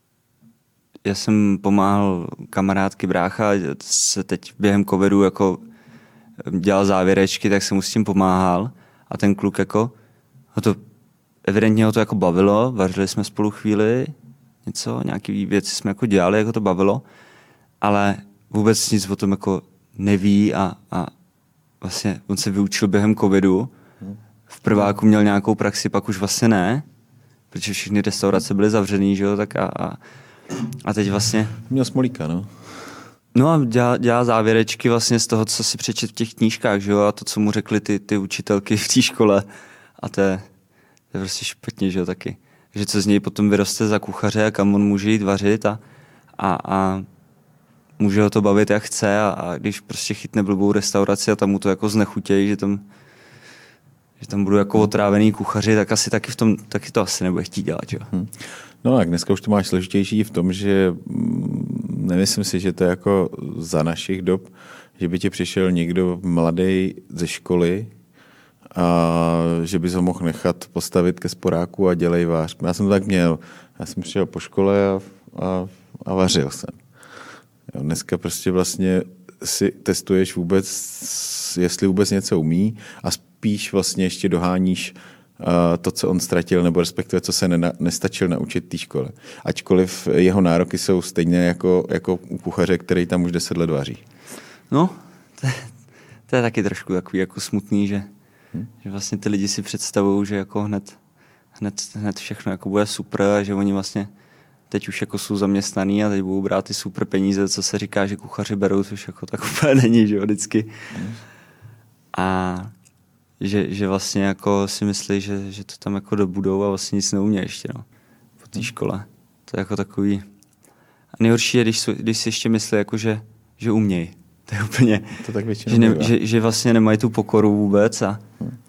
já jsem pomáhal kamarádky brácha, se teď během covidu jako dělal závěrečky, tak jsem mu s tím pomáhal a ten kluk jako evidentně ho to jako bavilo, vařili jsme spolu chvíli, nějaký věci jsme jako dělali, jako to bavilo, ale vůbec nic o tom jako neví a vlastně on se vyučil během covidu. V prváku měl nějakou praxi, pak už vlastně ne, protože všechny restaurace byly zavřený, že jo, tak a A teď vlastně... Měl Smolíka, no. No a dělá závěrečky vlastně z toho, co si přečet v těch knížkách, že jo, a to, co mu řekli ty učitelky v té škole. A to je prostě špatně, že jo, taky. Že co z něj potom vyroste za kuchaře a kam on může jít vařit a může ho to bavit, jak chce a když prostě chytne blbou restauraci a tam mu to jako znechutějí, že tam budou jako otrávený kuchaři, tak asi taky to asi nebude chtít dělat, jo. No tak dneska už to máš složitější v tom, že nemyslím si, že to je jako za našich dob, že by ti přišel někdo mladý ze školy a že bys ho mohl nechat postavit ke sporáku a dělej vář. Já jsem to tak měl. Já jsem přišel po škole a vařil jsem. Jo, dneska prostě vlastně si testuješ vůbec, jestli vůbec něco umí a spíš vlastně ještě doháníš to, co on ztratil, nebo respektive, co se nestačil naučit té škole. Ačkoliv jeho nároky jsou stejně jako u kuchaře, který tam už 10 let vaří. No, to je taky trošku takový jako smutný, že vlastně ty lidi si představují, že jako hned všechno jako bude super a že oni vlastně teď už jako jsou zaměstnaný a teď budou brát ty super peníze, co se říká, že kuchaři berou, což jako tak úplně není, že jo, vždycky. A že vlastně jako si myslí, že to tam jako dobudou a vlastně nic neumí ještě, no, po té škole. To je jako takový... A nejhorší je, když si ještě myslí, jako že umějí. To je úplně... To tak většinou že vlastně nemají tu pokoru vůbec a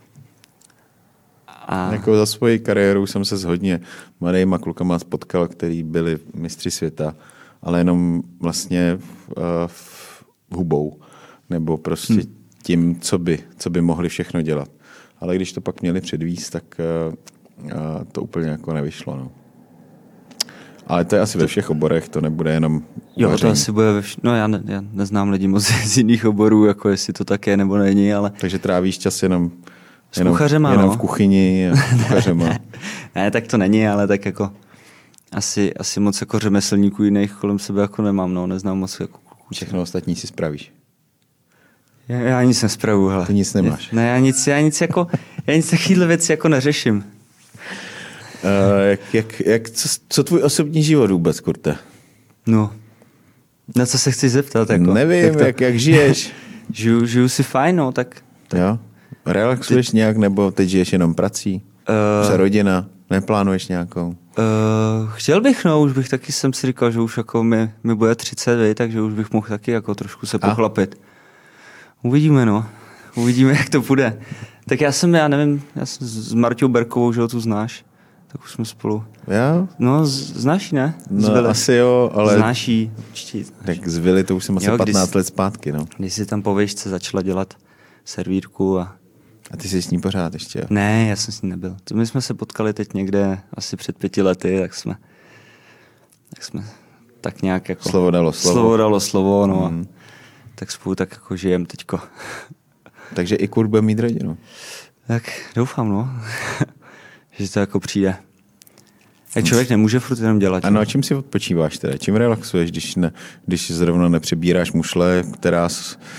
jako za svoji kariéru jsem se s hodně mladýma klukama spotkal, který byli mistři světa, ale jenom vlastně hubou, nebo prostě tím, co by mohli všechno dělat. Ale když to pak měli předvíst, tak to úplně jako nevyšlo. No. Ale to je asi ve všech oborech, to nebude jenom jo, to asi bude no já neznám lidi moc z jiných oborů, jako jestli to tak je nebo není, ale... Takže trávíš čas jenom no. v kuchyni a kuchařema. Ne, tak to není, ale tak jako asi moc jako řemeslníků jiných kolem sebe jako nemám, no, neznám moc jako kluků. Všechno ostatní si spravíš. Já nic nespravu, hele. Ty nic nemáš. Ne, já nic takovýhle věci jako neřeším. Co tvůj osobní život vůbec, Kurte? No, na co se chci zeptat? Jako? Nevím, jak žiješ. Žiju si fajn, no, tak... Jo? Relaxuješ nějak, nebo teď žiješ jenom prací? Rodina? Neplánuješ nějakou? Chtěl bych, no, už bych taky jsem si říkal, že už jako mi bude 30, takže už bych mohl taky jako trošku se pochlapit. Uvidíme, no. Uvidíme, jak to půjde. Tak já jsem s Marťou Berkovou, že ho tu znáš, tak už jsme spolu. Jo? No, znáš, ne? No, asi jo, ale... Znáš jí, určitě. Tak z Vily to už jsem asi 15 let zpátky, no. Když jsi tam po výšce začala dělat servírku a ty jsi s ní pořád ještě? Jo? Ne, já jsem s ní nebyl. My jsme se potkali teď někde asi před 5 lety, tak jsme tak nějak jako... Slovo dalo slovo. No a tak spolu tak jako žijem teďko. Takže i Kurt bude mít rodinu. Tak doufám, no. Že to jako přijde. Tak člověk nemůže furt jenom dělat. A no, čím si odpočíváš teda? Čím relaxuješ, když zrovna nepřebíráš mušle, která...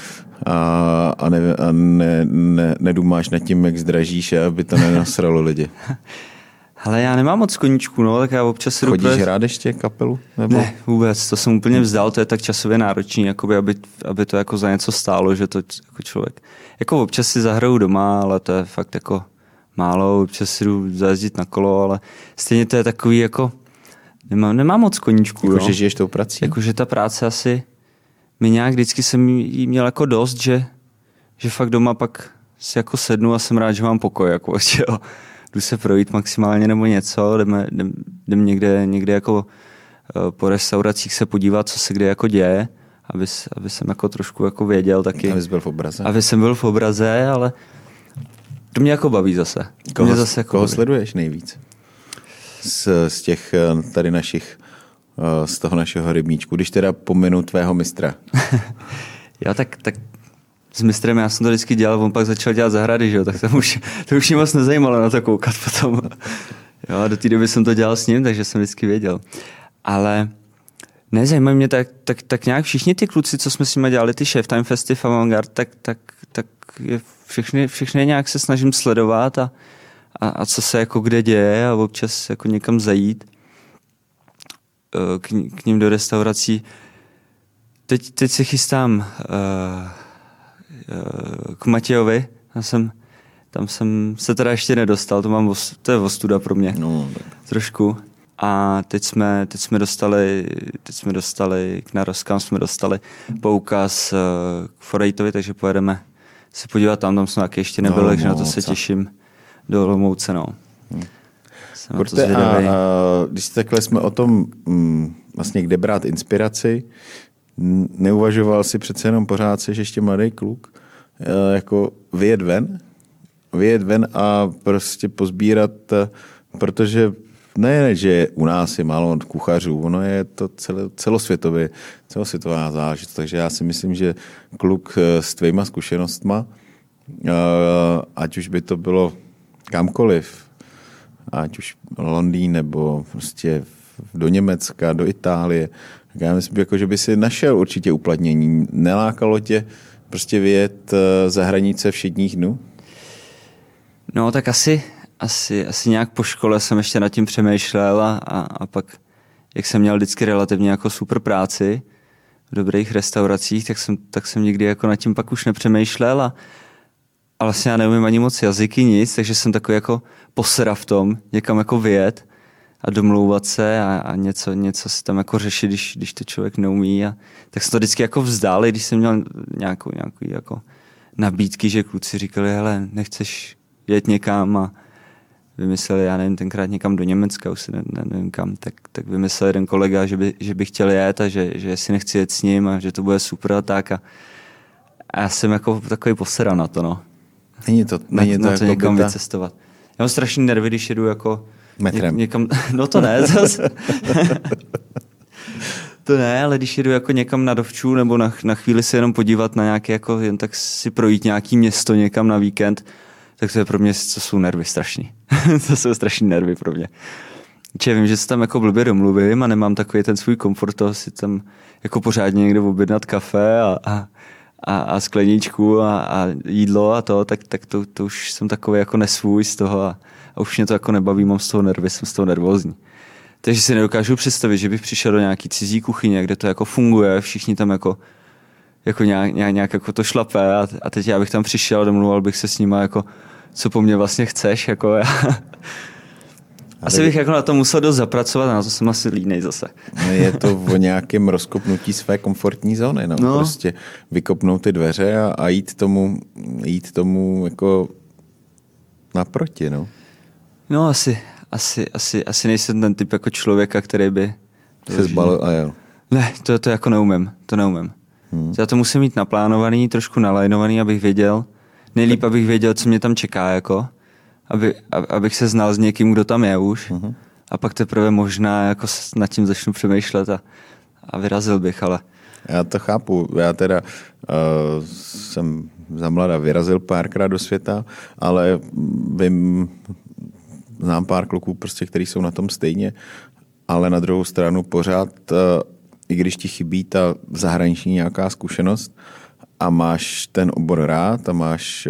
nedumáš nad tím, jak zdražíš, aby to nenasralo lidi. Ale já nemám moc koníčků, no, tak já občas si Chodíš hrát ještě kapelu? Nebo? Ne, vůbec, to jsem úplně vzdal, to je tak časově náročný, jakoby, aby to jako za něco stálo, že to jako člověk... Jako občas si zahraju doma, ale to je fakt jako málo, občas si jdu zajezdit na kolo, ale stejně to je takový jako... Nemám moc koníčků, jako, no. Že žiješ tou prací? Jakože ta práce asi... My nějak vždycky jsem jí měl jako dost, že fakt doma pak si jako sednu a jsem rád, že mám pokoj, jako, že jo. Jdu se projít maximálně nebo něco, jdem někde jako po restauracích se podívat, co se kde jako děje, aby jsem jako trošku jako věděl taky. Aby byl v obraze. Aby jsem byl v obraze, ale to mě jako baví zase. Koho sleduješ nejvíc? Z těch tady našich z toho našeho rybníčku, když teda pominu tvého mistra. Jo, tak s mistrem já jsem to vždycky dělal, on pak začal dělat zahrady, že jo, tak to už mě moc nezajímalo na to koukat potom. Jo, do té doby jsem to dělal s ním, takže jsem vždycky věděl. Ale nezajímají mě tak nějak všichni ty kluci, co jsme s nimi dělali, ty Chef Time Festiv, Avantgarde, tak je všechny nějak se snažím sledovat a co se jako kde děje a občas jako někam zajít. k ním do restaurací. Teď se chystám k Matějovi. Tam jsem se teda ještě nedostal, to je ostuda pro mě. No, trošku. A teď jsme dostali k Narozkám jsme dostali poukaz k Forejtovi, takže pojedeme se podívat tam jsme taky ještě nebyli, takže na to se těším do Olomouce, no. Kurte, a když takhle jsme o tom vlastně kde brát inspiraci, neuvažoval si přece jenom pořád, jsi ještě mladý kluk, jako vyjet ven a prostě pozbírat, protože ne, že u nás je málo kuchařů, ono je to celosvětová záležitost, takže já si myslím, že kluk s tvýma zkušenostma, ať už by to bylo kamkoliv, ať už Londýn nebo prostě do Německa, do Itálie, tak já myslím, jako, že by si našel určitě uplatnění. Nelákalo tě prostě vyjet za hranice všedních dnů? No tak asi nějak po škole jsem ještě nad tím přemýšlel a pak, jak jsem měl vždycky relativně jako super práci v dobrých restauracích, tak jsem nikdy jako nad tím pak už nepřemýšlel a vlastně já neumím ani moc jazyky, nic, takže jsem takový jako posera v tom, někam jako vyjet a domlouvat se a něco si tam jako řešit, když to člověk neumí. Tak jsem to vždycky jako vzdál, když jsem měl nějakou jako nabídky, že kluci říkali, hele, nechceš jet někam a vymysleli, já nevím, tenkrát někam do Německa, už si nevím kam, tak vymyslel jeden kolega, že by chtěl jet a že si nechci jet s ním a že to bude super a tak. A já jsem jako takový posera na to, no. Není to jako někam vycestovat. Já mám strašný nervy, když jedu jako metrem. Někam, no to ne, zase. To ne, ale když jedu jako někam na dovču nebo na chvíli se jenom podívat na nějaké, jako jen tak si projít nějaký město někam na víkend, tak to je pro mě, co jsou nervy strašný. To jsou strašný nervy pro mě. Čiže vím, že se tam jako blbě domluvím a nemám takový ten svůj komfort toho si tam jako pořádně někde objednat kafe a skleničku a jídlo a to, tak to už jsem takový jako nesvůj z toho a už mě to jako nebaví, mám z toho nervy, jsem z toho nervózní. Takže si nedokážu představit, že bych přišel do nějaký cizí kuchyně, kde to jako funguje, všichni tam jako nějak jako to šlape a teď já bych tam přišel a domluval bych se s nima jako, co po mně vlastně chceš, jako já. Asi bych jako na to musel dost zapracovat a na to jsem asi línej zase. Je to o nějakém rozkopnutí své komfortní zóny, no. Prostě vykopnout ty dveře a jít tomu jako naproti, no. No asi nejsem ten typ jako člověka, který by se zbalil a jel. Ne, to jako neumím, to neumím. Já to musím mít naplánovaný, trošku nalajnovaný, abych věděl. Nejlíp, abych věděl, co mě tam čeká, jako. Abych se znal s někým, kdo tam je už. A pak teprve možná jako nad tím začnu přemýšlet a vyrazil bych, ale... Já to chápu. Já teda jsem za mladá vyrazil párkrát do světa, ale znám pár kluků, prostě, kteří jsou na tom stejně, ale na druhou stranu pořád, i když ti chybí ta zahraniční nějaká zkušenost a máš ten obor rád a máš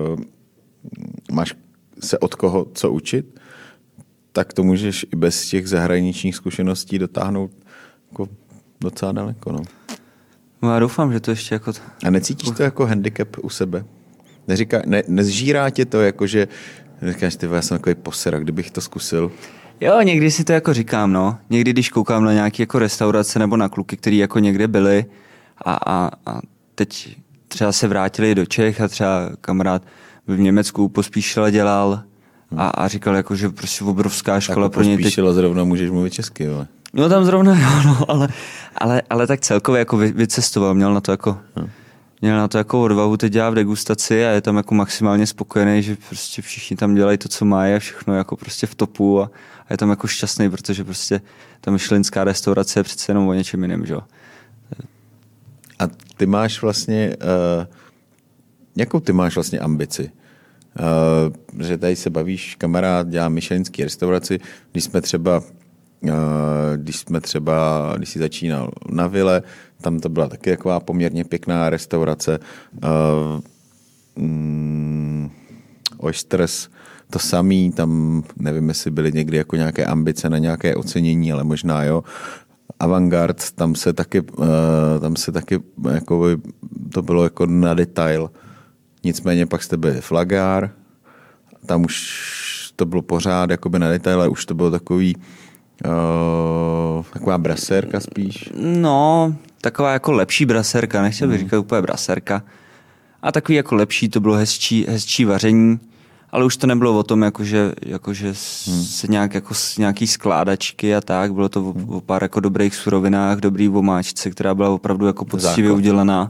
se od koho co učit, tak to můžeš i bez těch zahraničních zkušeností dotáhnout jako docela daleko. No. No já doufám, že to ještě jako... A necítíš to jako handicap u sebe? Nezžírá tě to, jako že říkáš, ty já jsem takový posera, kdybych to zkusil? Jo, někdy si to jako říkám, no. Někdy, když koukám na nějaké jako restaurace nebo na kluky, který jako někde byli a teď třeba se vrátili do Čech a třeba kamarád v Německu Pospíšila dělal a říkal, jako, že prostě obrovská škola pro něj. Pospíšila zrovna můžeš mluvit česky, jo? No tam zrovna, jo, no, ale tak celkově jako vycestoval, měl na to jako odvahu, teď dělá v degustaci a je tam jako maximálně spokojený, že prostě všichni tam dělají to, co mají a všechno jako prostě v topu a je tam jako šťastný, protože prostě ta michelinská restaurace je přece jenom o něčem jiném, že jo. A ty máš vlastně, jakou ty máš vlastně ambici? Že tady se bavíš, kamarád dělá michelinský restauraci, když jsi začínal na Vile, tam to byla taky taková poměrně pěkná restaurace. Oysters, to samý, tam nevím, jestli byly někdy jako nějaké ambice na nějaké ocenění, ale možná jo. Avantgard, tam se taky jako, to bylo jako na detail. Nicméně pak jste byli Flagár, tam už to bylo pořád jakoby na detail, ale už to bylo taková brasérka spíš. No, taková jako lepší brasérka, nechtěl bych říkat úplně brasérka. A takový jako lepší, to bylo hezčí vaření, ale už to nebylo o tom, jakože se nějaký skládačky a tak, bylo to o pár jako dobrých surovinách, dobrý omáčce, která byla opravdu jako poctivě udělaná.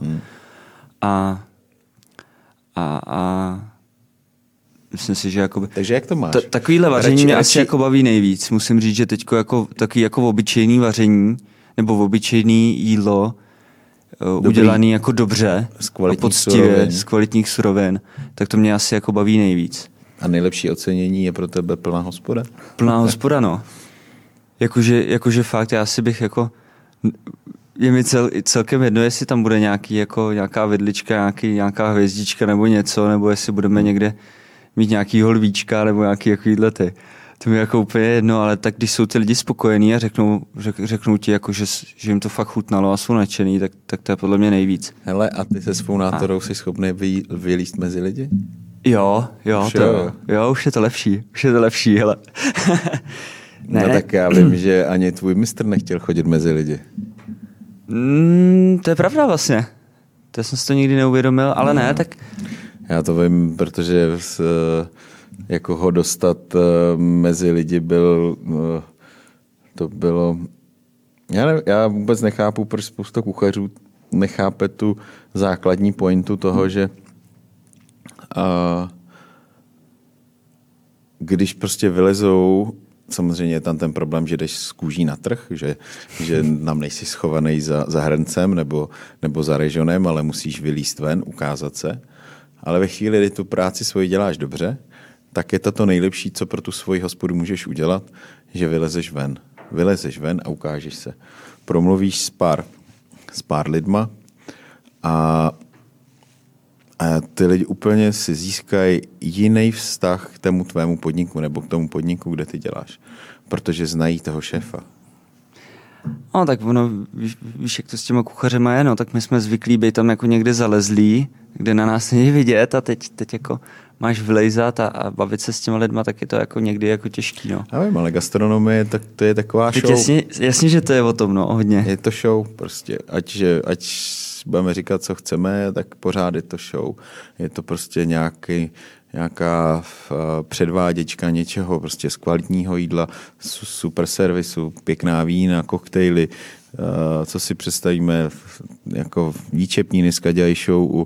A myslím si, že jakoby... Takže jak to máš? Takovýhle vaření mě asi jako baví nejvíc. Musím říct, že teďko jako takový jako obyčejný vaření nebo obyčejný jídlo udělaný jako dobře, poctivě, z kvalitních surovin, tak to mě asi jako baví nejvíc. A nejlepší ocenění je pro tebe plná hospoda? Plná hospoda, no. Jakože fakt, já si bych jako... Je mi celkem jedno, jestli tam bude nějaká vidlička, nějaká hvězdička nebo něco, nebo jestli budeme někde mít nějakýho lvíčka nebo nějaký takovýhle ty. To mi jako úplně jedno, ale tak když jsou ty lidi spokojení a řeknou ti, jako, že jim to fakt chutnalo a jsou nadšený, tak to je podle mě nejvíc. Hele, a ty se svou nátorou jsi schopný vylízt mezi lidi? Jo, už je to lepší, hele. Ne. No tak já vím, že ani tvůj mistr nechtěl chodit mezi lidi. To je pravda vlastně. To jsem si to nikdy neuvědomil, ale ne, tak... Já to vím, protože jako ho dostat mezi lidi to bylo... Já vůbec nechápu, proč spousta kuchařů nechápe tu základní pointu toho, že když prostě vylezou, samozřejmě je tam ten problém, že jdeš z kůží na trh, že nám nejsi schovaný za hrncem nebo za režonem, ale musíš vylízt ven, ukázat se. Ale ve chvíli, kdy tu práci svoji děláš dobře, tak je to nejlepší, co pro tu svoji hospodu můžeš udělat, že vylezeš ven. Vylezeš ven a ukážeš se. Promluvíš s pár lidma a ty lidi úplně si získají jiný vztah k tomu tvému podniku nebo k tomu podniku, kde ty děláš. Protože znají toho šéfa. No tak ono, víš, jak to s těma kuchařema je, no, tak my jsme zvyklí být tam jako někde zalezlí, kde na nás není vidět a teď jako máš vylejzat a bavit se s těma lidma, tak je to jako někdy jako těžký, no. Já vím, ale gastronomie, tak to je taková teď show. Jasně, že to je o tom, no, hodně. Je to show prostě, ať budeme říkat, co chceme, tak pořád je to show. Je to prostě nějaká předváděčka něčeho, prostě z kvalitního jídla, super servisu, pěkná vína, koktejly, co si představíme, jako výčepní dneska dělají show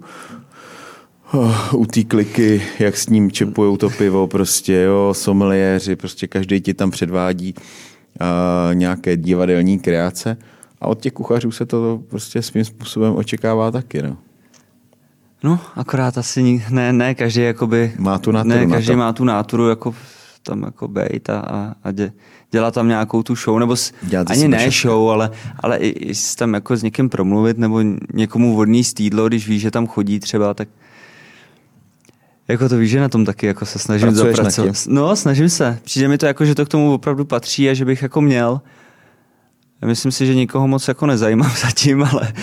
u té kliky, jak s ním čepujou to pivo, prostě, jo, sommeliéři, prostě každý ti tam předvádí nějaké divadelní kreace a od těch kuchařů se to prostě svým způsobem očekává taky, no. No, akorát asi ne každý jakoby... Má tu náturu. Ne, každý má tu náturu jako tam jako bejt a dělat tam nějakou tu show, nebo ani ne show, ale i tam jako s někým promluvit, nebo někomu odníst jídlo, když víš, že tam chodí třeba, tak jako to víš, že na tom taky jako se snažím zapracovat. No, snažím se. Přijde mi to jako, že to k tomu opravdu patří a že bych jako měl. Myslím si, že nikoho moc jako nezajímám zatím,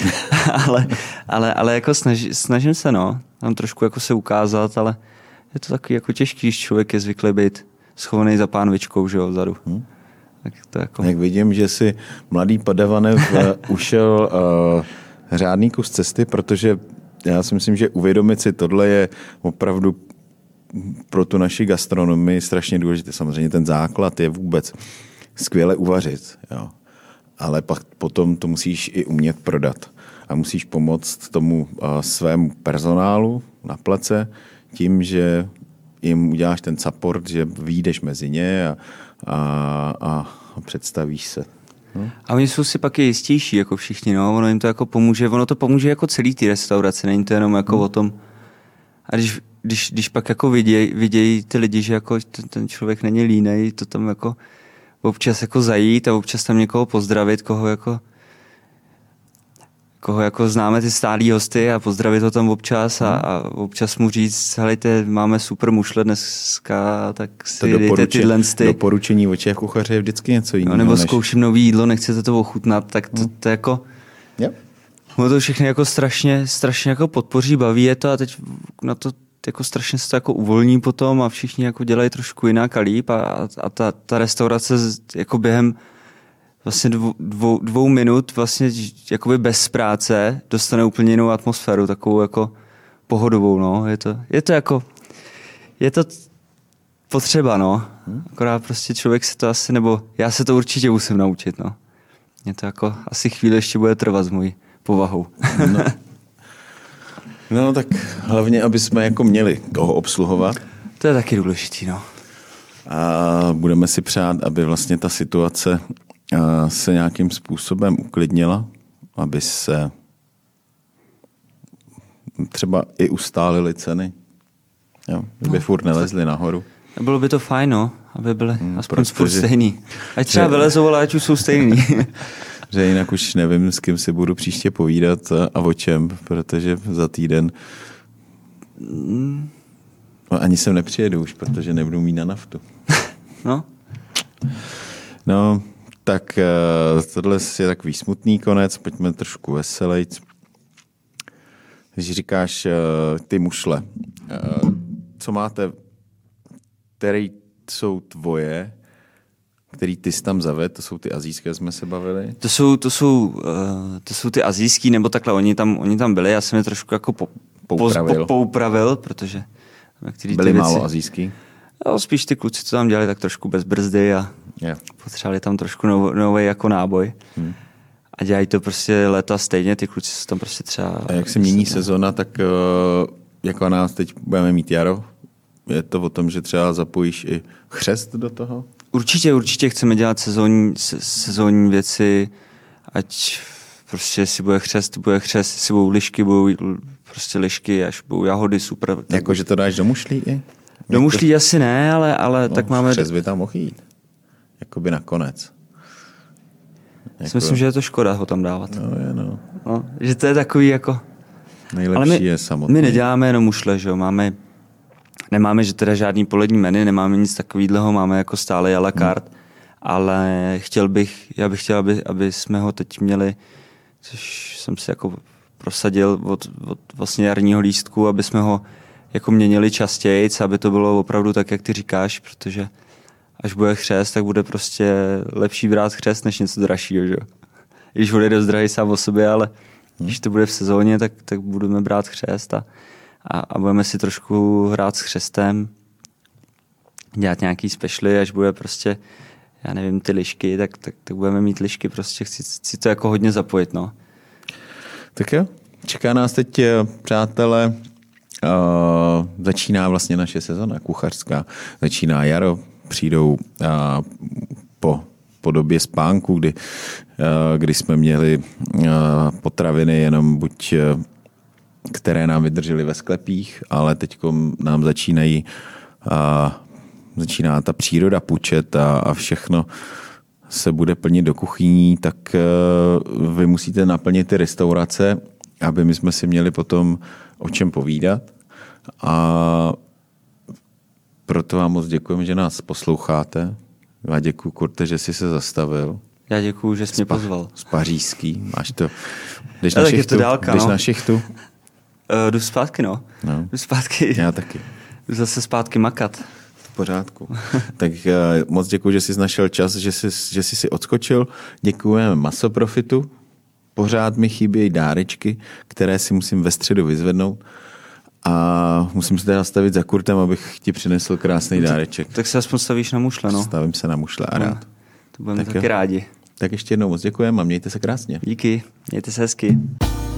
ale jako snažím se, no. Tam trošku jako se ukázat, ale je to takový jako těžký, když člověk je zvyklý být schovaný za pánvičkou, že jo, vzadu. Tak to jako... Jak vidím, že si mladý padavanev ušel řádný kus cesty, protože já si myslím, že uvědomit si tohle je opravdu pro tu naši gastronomii strašně důležité. Samozřejmě ten základ je vůbec skvěle uvařit, jo. Ale pak potom to musíš i umět prodat. A musíš pomoct tomu svému personálu na place tím, že jim uděláš ten support, že vyjdeš mezi ně a představíš se. No. A oni jsou si pak i jistější, jako všichni, no. Ono jim to jako pomůže, ono to pomůže jako celý té restaurace, není to jenom jako o tom. A když pak jako vidějí ty lidi, že jako ten člověk není línej, to tam jako občas jako zajít a občas tam někoho pozdravit, koho jako koho jako známe ty stálí hosty a pozdravit ho tam občas a občas mu říct, helejte, máme super mušle dneska, tak si dejte tyhle. Doporučení od šéf kuchaře je vždycky něco jiného. Nebo zkouším nový jídlo, nechcete to ochutnat, tak to jako... Yep. To všechny jako strašně jako podpoří, baví je to a teď na to jako strašně se to jako uvolní potom a všichni jako dělají trošku jinak a líp a ta restaurace jako během vlastně dvou minut vlastně jakoby bez práce dostane úplně jinou atmosféru, takovou jako pohodovou, no. Je to potřeba, no. Akorát prostě člověk se to asi, nebo já se to určitě musím naučit, no. Mě to jako asi chvíli ještě bude trvat s mojí povahou. No tak hlavně, aby jsme jako měli koho obsluhovat. To je taky důležitý, no. A budeme si přát, aby vlastně ta situace se nějakým způsobem uklidnila, aby se třeba i ustálily ceny. Jo, aby furt nelezly nahoru. Bylo by to fajn, no, aby byly aspoň furt stejný. Ať třeba vylezou, ale ať už jsou stejný. Že jinak už nevím, s kým si budu příště povídat a o čem, protože za týden ani sem nepřijedu už, protože nebudu mít na naftu. No, tak tohle je takový smutný konec, pojďme trošku veselejc. Když říkáš ty mušle, co máte, které jsou tvoje, který ty jsi tam zaved, to jsou ty asijské, jsme se bavili? To jsou ty asijský, nebo takhle, oni tam byli, já jsem je trošku jako poupravil, protože byli málo asijský? No, spíš ty kluci, co tam dělali, tak trošku bez brzdy a potřebovali tam trošku nový jako náboj. A dělají to prostě léta stejně, ty kluci jsou tam prostě třeba... A jak se mění sezona, tak jako nás teď budeme mít jaro, je to o tom, že třeba zapojíš i chřest do toho? Určitě chceme dělat sezónní věci, ať prostě si bude chřest, si budou lišky, budou prostě lišky, až budou jahody, super. Jako, že to dáš do mušlí i? Do mušlí asi ne, ale tak máme... Chřest by tam mohl jít. Jakoby nakonec. Myslím, že je to škoda ho tam dávat. No. Že to je takový jako... Nejlepší je samotný. My neděláme jenom mušle, že jo, nemáme, že teda žádný polední menu, nemáme nic takového, máme jako stále à la carte, ale já bych chtěl, aby jsme ho teď měli, což jsem si jako prosadil od vlastně jarního lístku, aby jsme ho jako měnili častěji, aby to bylo opravdu tak, jak ty říkáš, protože až bude chřest, tak bude prostě lepší brát chřest, než něco dražšího, že jo. Když bude dost drahý sám o sobě, ale když to bude v sezóně, tak budeme brát chřest a budeme si trošku hrát s chřestem, dělat nějaký specialy, až bude prostě, já nevím, ty lišky, tak budeme mít lišky, prostě chci to jako hodně zapojit, no. Tak jo, čeká nás teď, přátelé, začíná vlastně naše sezona kuchařská, začíná jaro, přijdou po době spánku, kdy jsme měli potraviny jenom buď které nám vydržely ve sklepích, ale teď nám začíná ta příroda pučet a všechno se bude plnit do kuchyní, tak vy musíte naplnit ty restaurace, aby my jsme si měli potom o čem povídat. A proto vám moc děkujeme, že nás posloucháte. Já děkuju, Kurte, že jsi se zastavil. Já děkuju, že jsi mě pozval. Z pařížský. Máš to. Jdeš na šichtu? Jdeš na šichtu? Jdu zpátky, no. Jdu zpátky. Já taky. Jdu zase zpátky makat. V pořádku. Tak moc děkuji, že jsi našel čas, že jsi si odskočil. Děkujeme Masoprofitu. Pořád mi chybějí dárečky, které si musím ve středu vyzvednout. A musím se teda stavit za Kurtem, abych ti přinesl krásný dáreček. Tak se aspoň stavíš na mušle, no. Stavím se na mušle a rád. To budeme taky rádi. Tak ještě jednou moc děkujeme a mějte se krásně. Díky, mějte se hezky.